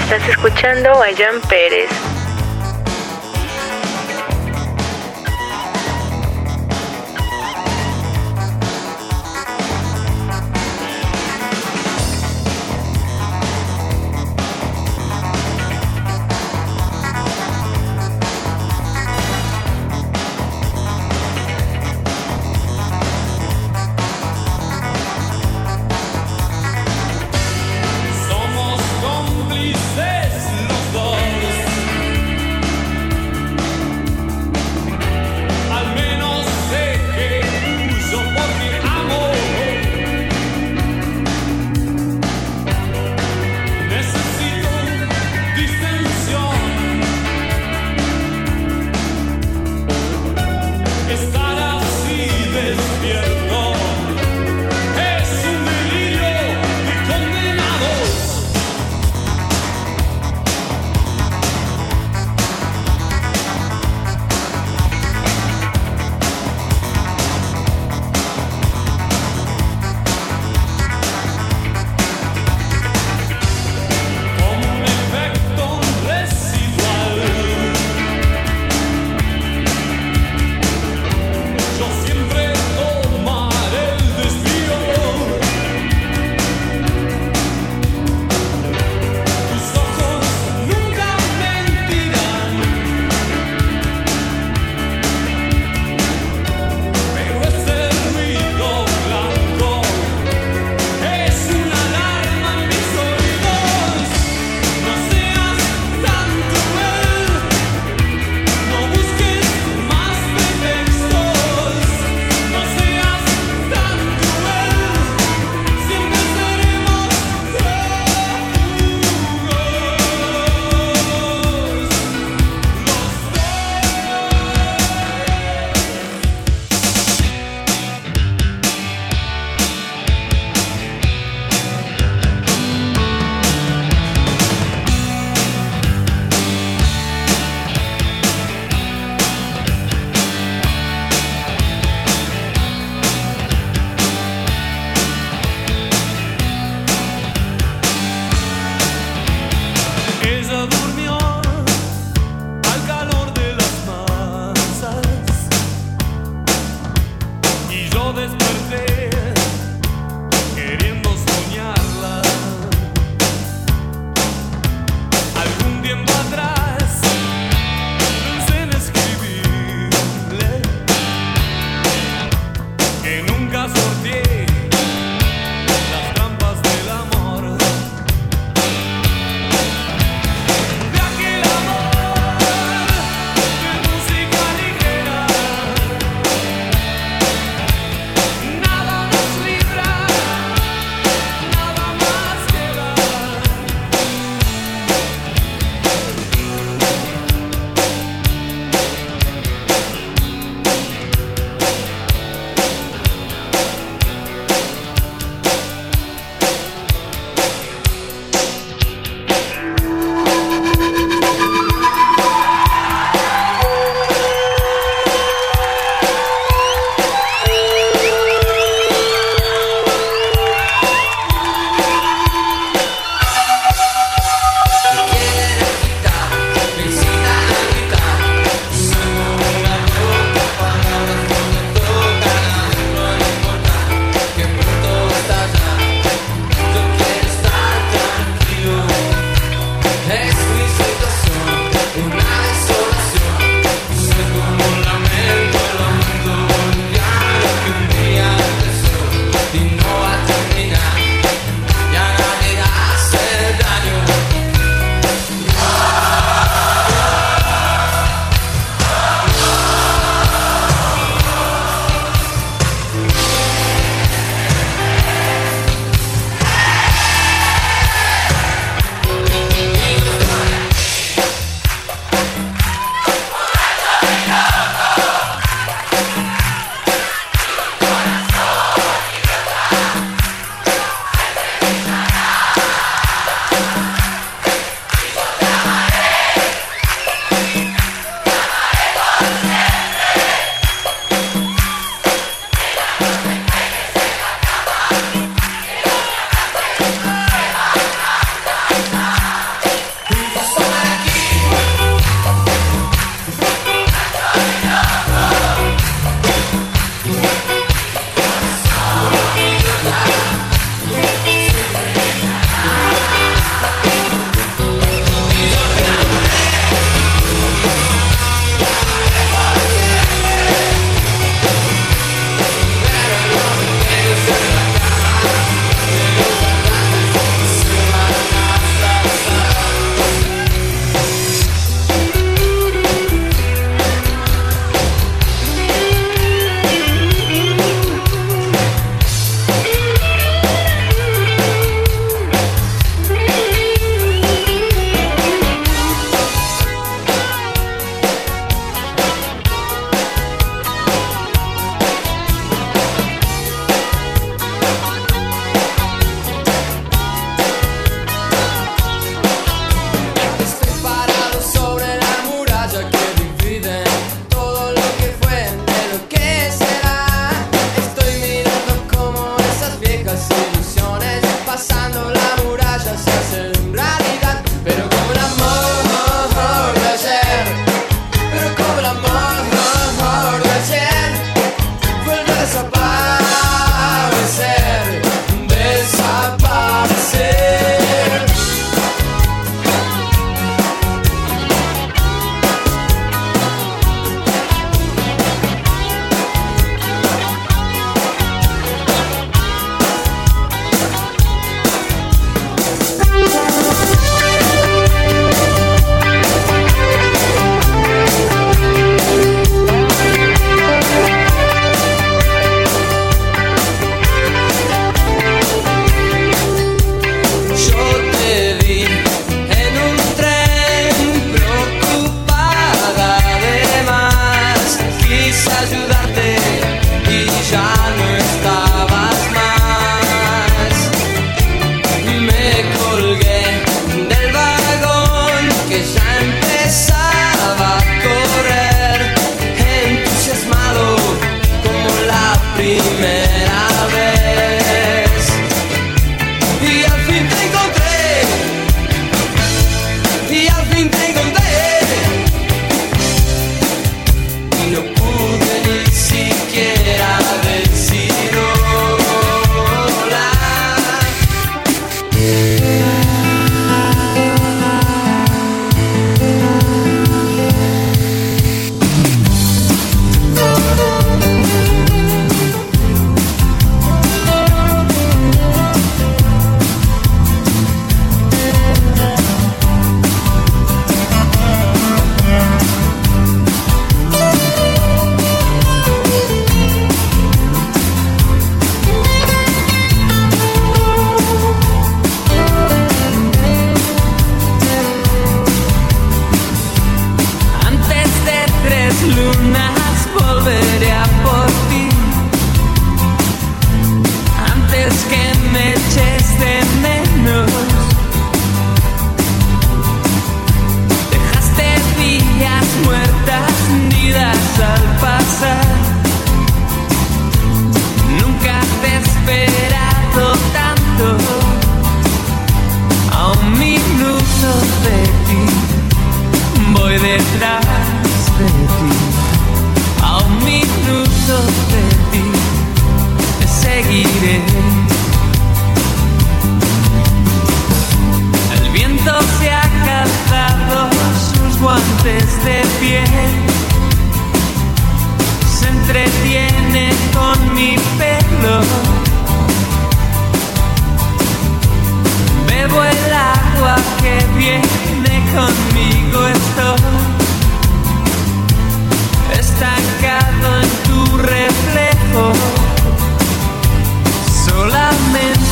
Estás escuchando a Jan Pérez. Somos cómplices los dos.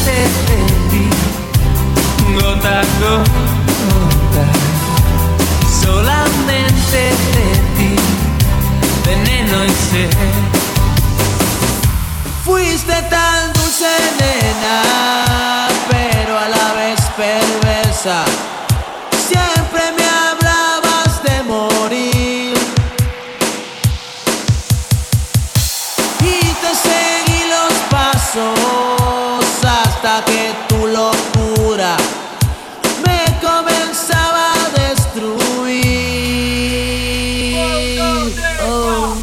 de ti, gota a gota, solamente de ti, veneno y sed. Fuiste tan dulce, nena, pero a la vez perversa. Siempre me hablabas de morir y te seguí los pasos hasta que tu locura me comenzaba a destruir. Oh.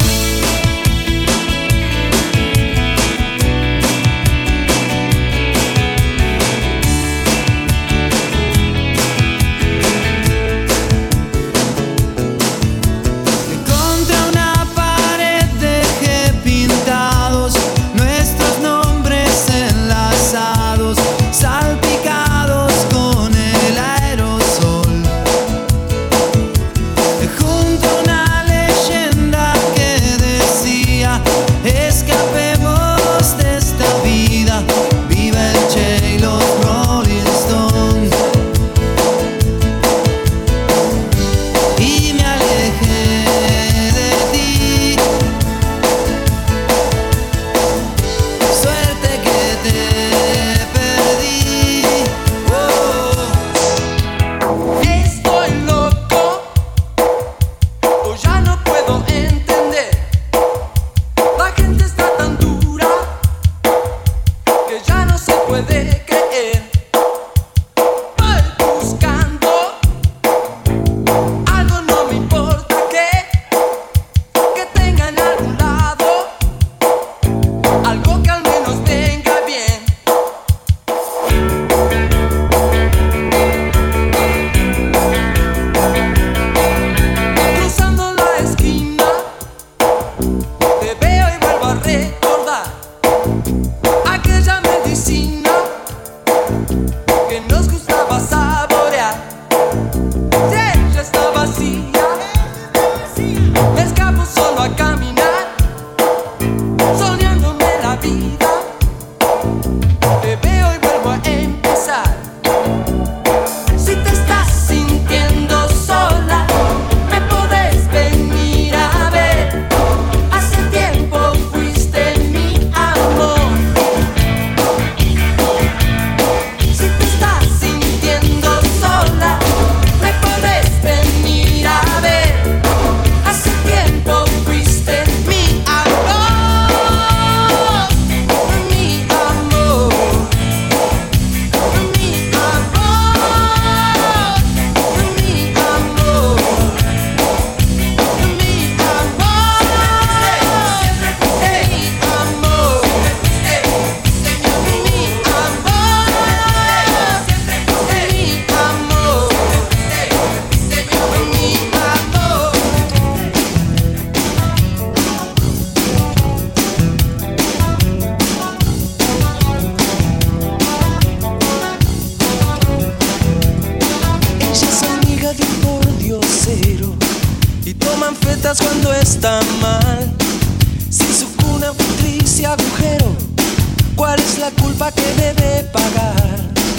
Cuando está mal, si su cuna fue triste agujero, ¿cuál es la culpa que debe pagar?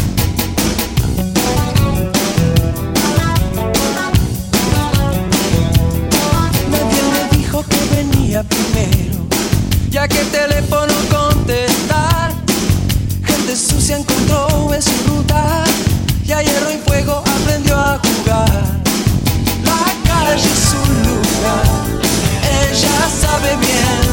Nadie me dijo que venía primero, ya que el teléfono contestar. Gente sucia encontró en su ruta y a hierro y fuego aprendió a jugar. La calle es su lugar, ella sabe bien,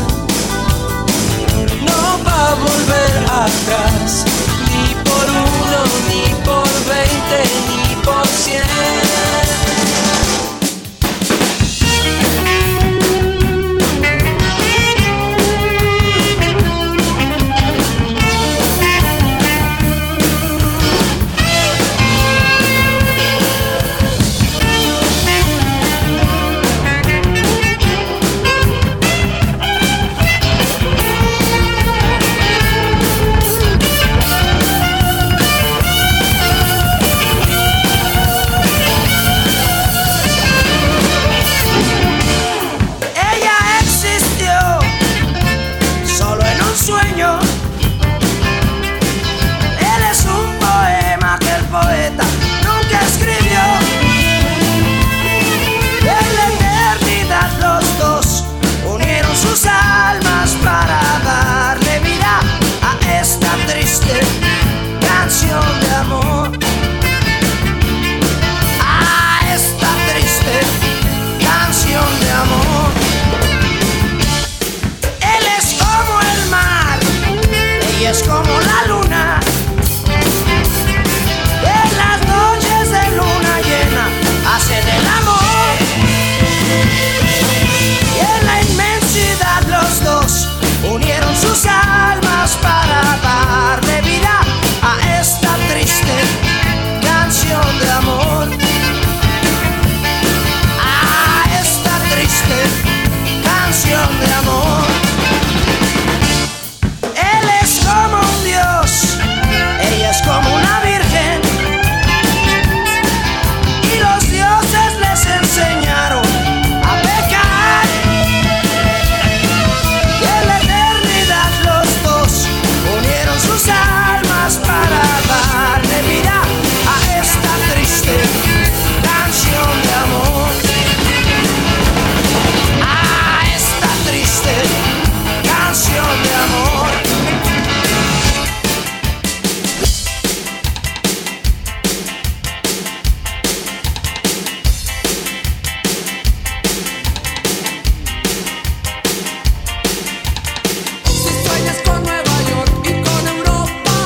no va a volver atrás, ni por uno, ni por 20, ni por 100. triste canción de amor. A esta triste canción de amor. Él es como el mar, ella es como la luna. En las noches de luna llena hacen el amor. Y en la inmensidad los dos unieron sus almas para darle vida a esta triste canción de amor. A esta triste canción de amor. Él es como un dios, ella es como una virgen. Y los dioses les enseñaron a pecar. Y en la eternidad los dos unieron sus almas para darle vida a esta triste canción de amor. A esta triste canción de amor. Si sueñas con Nueva York y con Europa,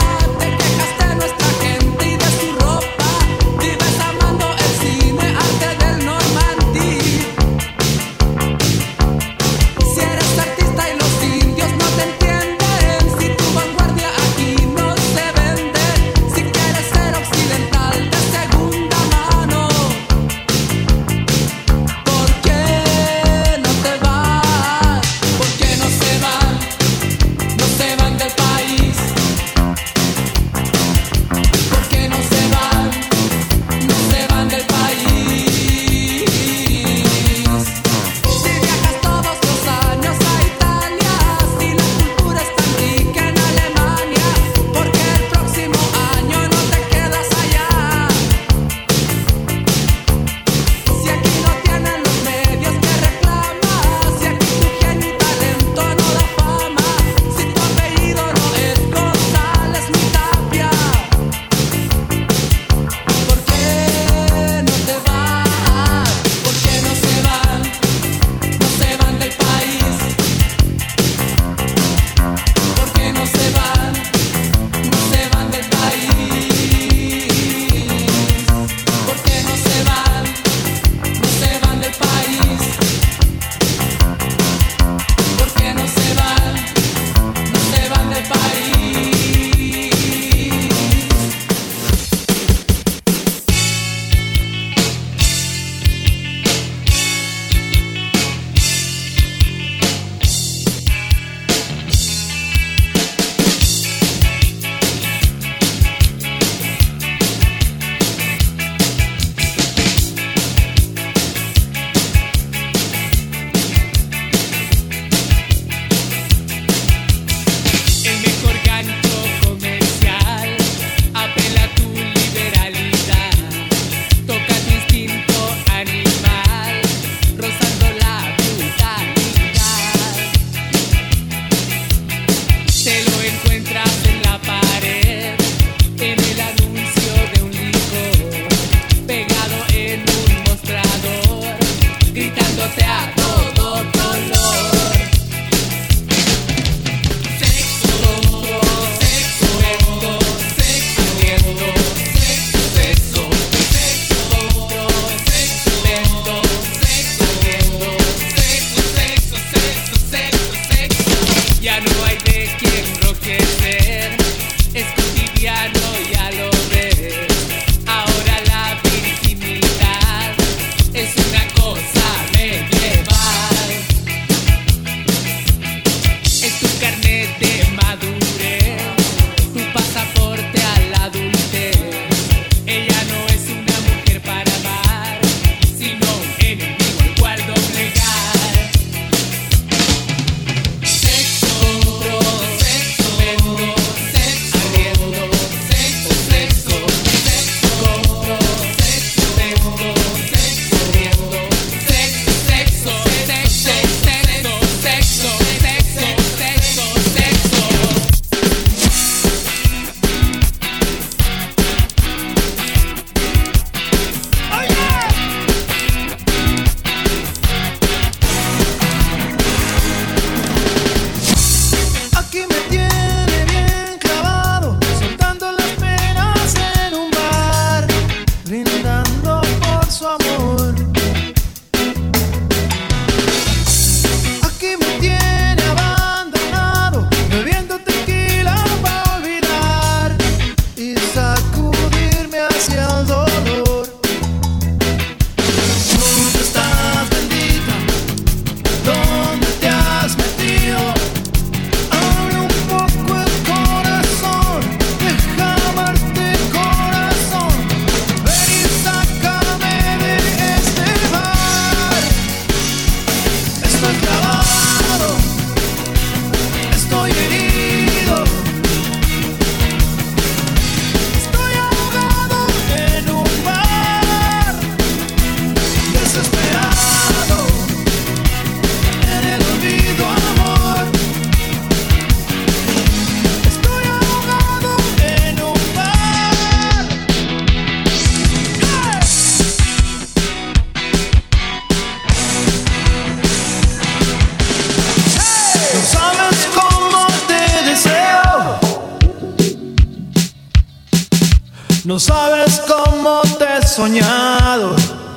No sabes cómo te he soñado.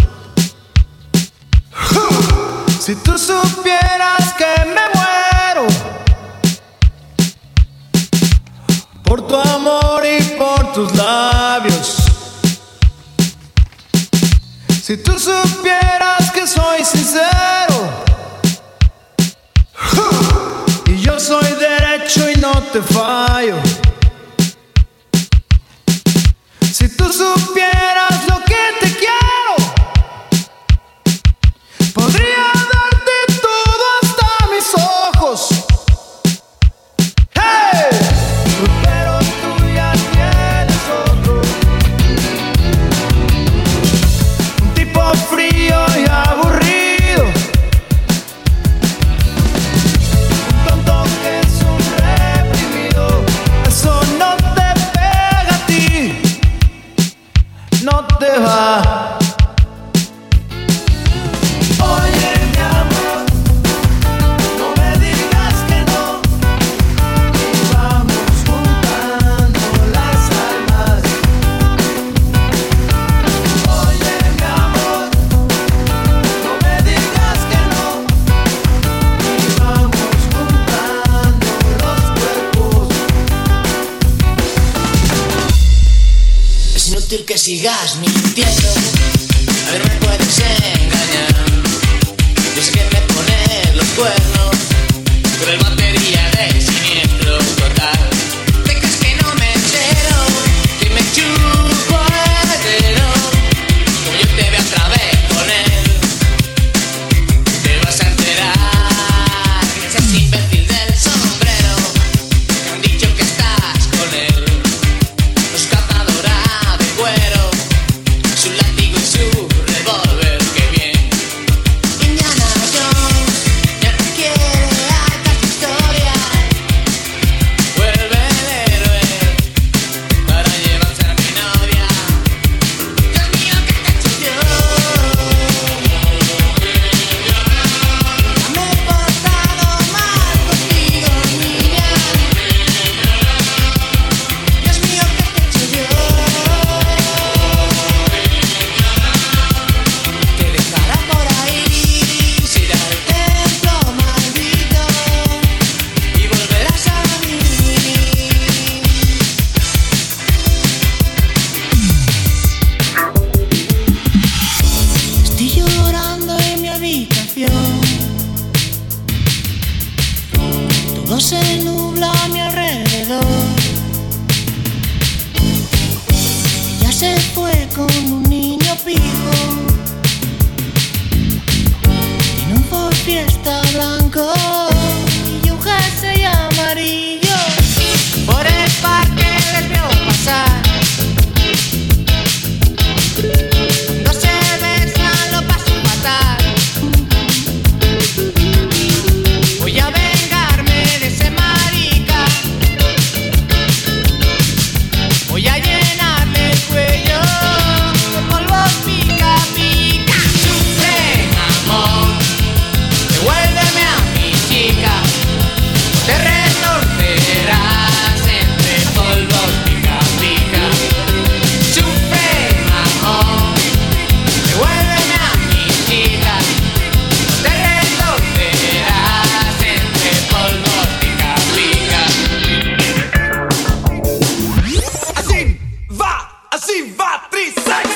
Si tú supieras que me muero por tu amor y por tus labios. Si tú supieras que soy sincero y yo soy derecho y no te fallo. Si tú supieras lo que te quiero, podría darte todo hasta mis ojos. ¡Hey! Pero tú ya tienes otro, un tipo frío y aburrido, un tonto que es un reprimido. Eso no te pega a ti, no te va. Oye, mi amor, no me digas que no, y vamos juntando las almas. Oye, mi amor, no me digas que no, y vamos juntando los cuerpos. Es inútil que sigas mintiendo, a ver, me puedes engañar. Yo sé que me pones los cuernos, pero el batería de siniestro total. ¿Te crees que no me entero? Que me chupo el dedo, como yo te veo otra vez con él. Te vas a enterar que seas imbécil del sombrero. Me han dicho que estás con él, no es cazadora de cuero, su látigo y su revólver, qué bien. Indiana Jones ya no quiere altas historias. Vuelve el héroe para llevarse a mi novia. Dios mío, ¿qué te he hecho yo? Me he portado mal contigo, niña. Dios mío, ¿qué te he hecho yo? Te dejará por ahí, se irá al templo maldito y volverás a mí. Estoy llorando en mi habitación, todo se nubla a mi alrededor. Ella se fue con un niño pijo en un Ford Fiesta blanco y un jersey amarillo. Por el parque les veo pasar, cuando se besan lo paso fatal. Voy a vengarme de ese marica, voy a llenarle el cuello de polvos pica pica. Sufre, amor, devuélveme a mi chica, te retorcerás entre polvos pica pica. Sufre, amor, devuélveme a mi chica, te retorcerás entre polvos pica pica. Así va, Trisex.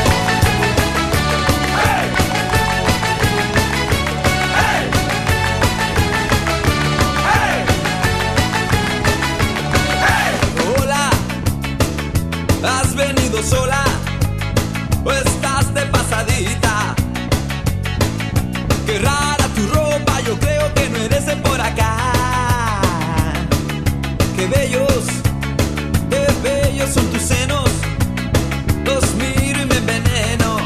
Hola, ¿has venido sola o estás de pasadita? Qué rara tu ropa, yo creo que no eres de por acá. Qué bellos son tus senos, los miro y me enveneno.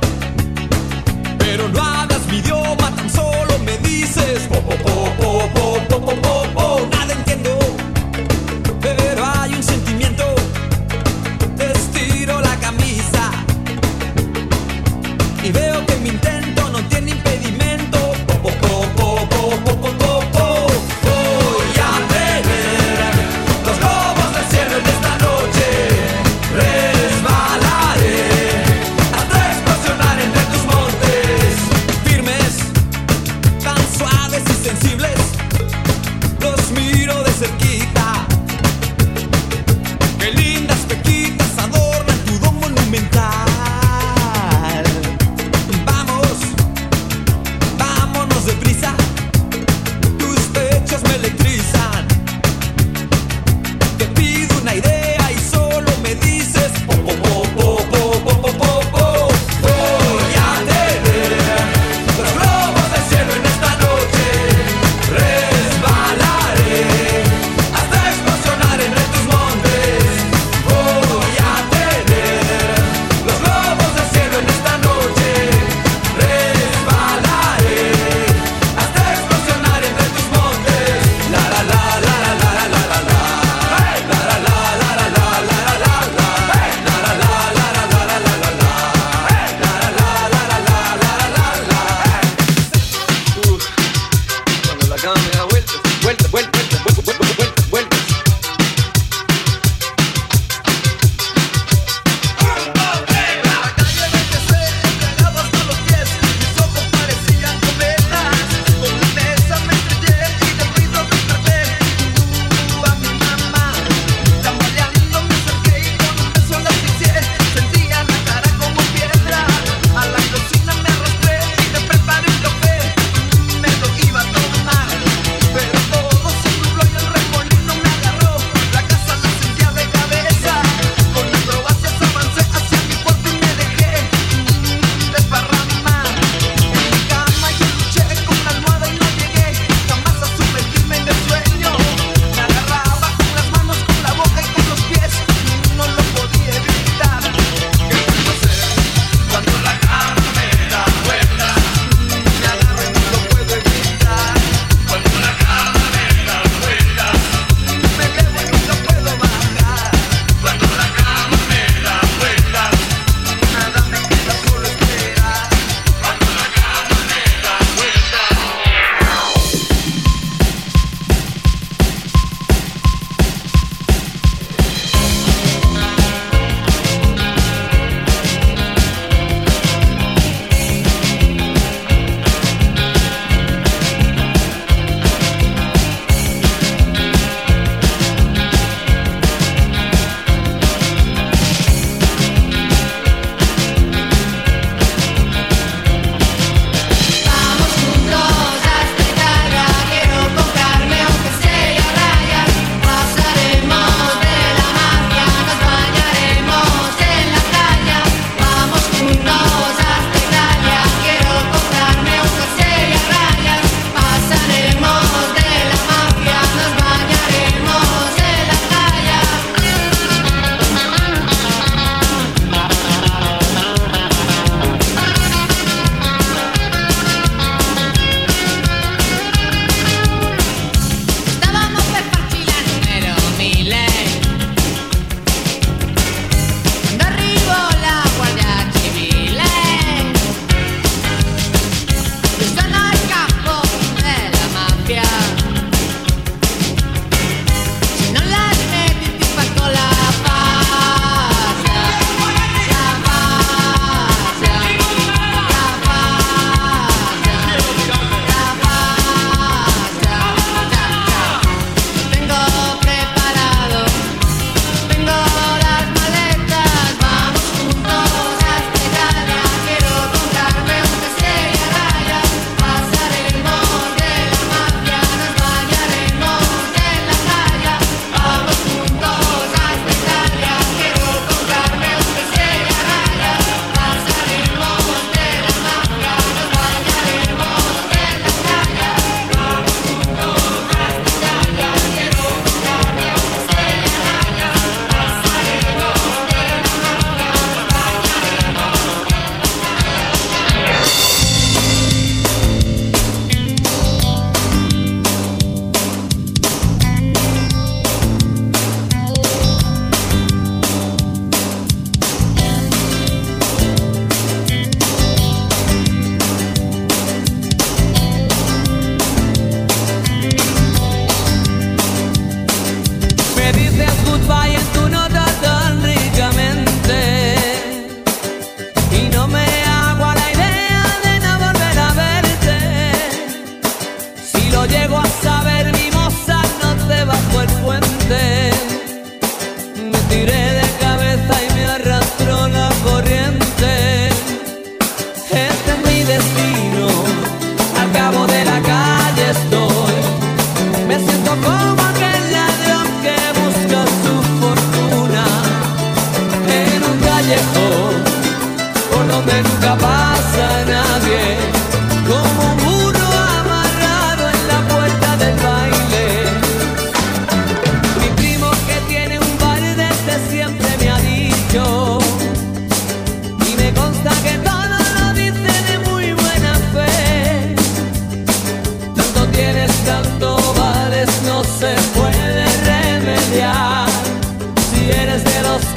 Pero no hablas mi idioma, tan solo me dices po po po po po po po po po. Nada entiendo, pero hay un sentimiento. Te estiro la camisa y veo que mi intento no tiene impedimento. Po po po po po po po po po. Voy a tener los globos del cielo en esta noche.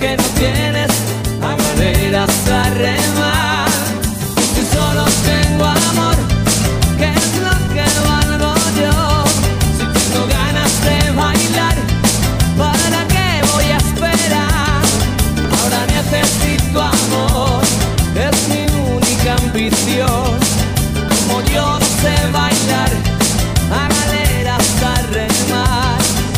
que no tienes banderas a remar. Si solo tengo amor, ¿qué es lo que valgo yo? Si tengo ganas de bailar, ¿para qué voy a esperar? Ahora necesito amor, es mi única ambición. Como yo no sé bailar, hágale hasta remar.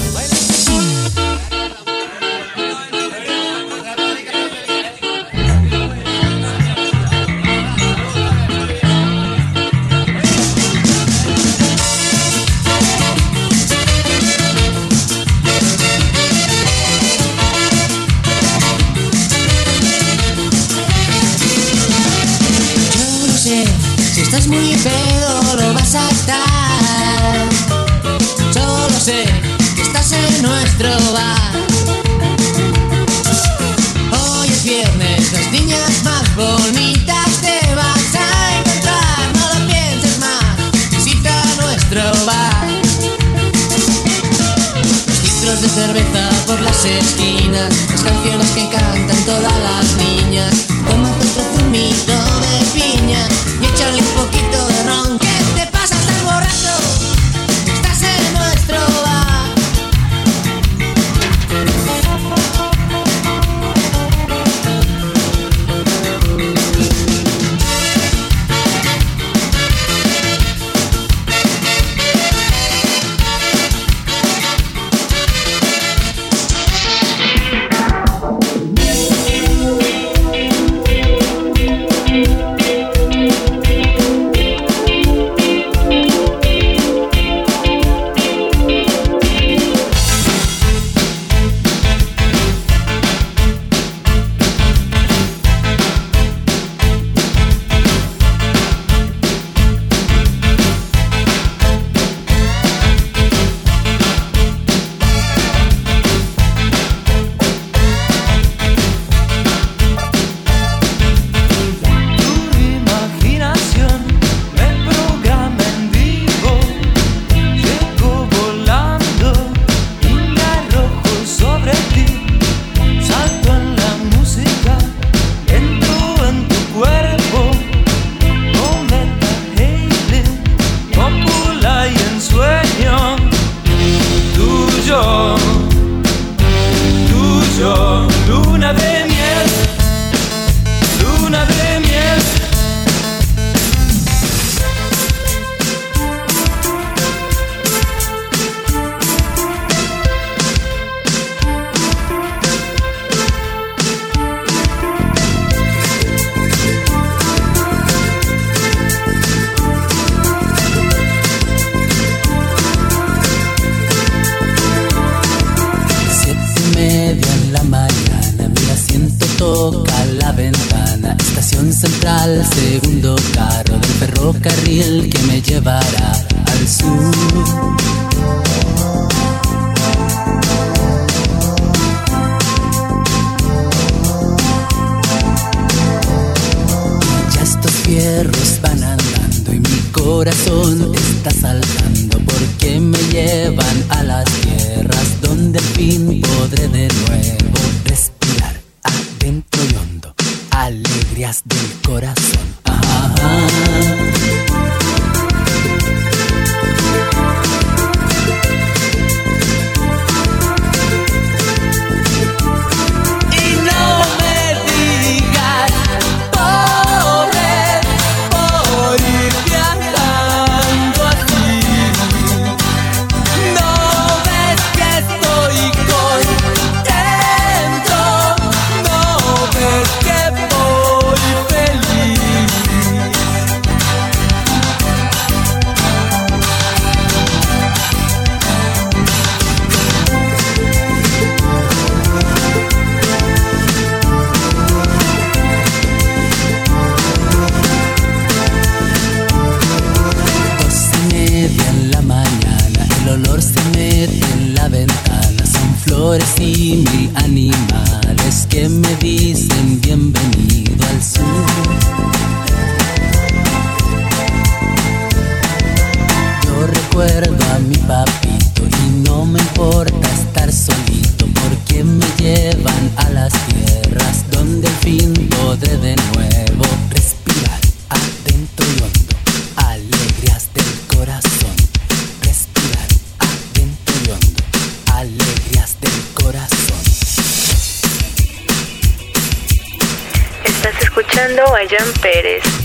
Estás muy pedo, lo vas a estar. Solo sé que estás en nuestro bar. Hoy es viernes, las niñas más bonitas te vas a encontrar. No lo pienses más, visita nuestro bar. Los litros de cerveza por las esquinas, las canciones que cantan todas las niñas. Tómate otro zumito de piña y échale un poquito de ron. ¿Qué te pasa? ¿Estás borracho? Estás en nuestro bar. Segundo carro del ferrocarril que me llevará al sur. Ya estos fierros van andando y mi corazón está saltando porque me llevan a las tierras donde al fin podré de nuevo respirar adentro y hondo. Alegrías del corazón. Y no me digas, pobre, por ir viajando así. No ves que estoy contento, no ves que voy feliz. Flores y mil animales que me dicen bienvenido al sur. Yo recuerdo a mi papito y no me importa estar solito porque que me llevan a las tierras donde al fin podré de nuevo respirar adentro y hondo, alegrías del corazón. Respirar adentro y hondo, alegrías del corazón. Estás escuchando a Jan Pérez.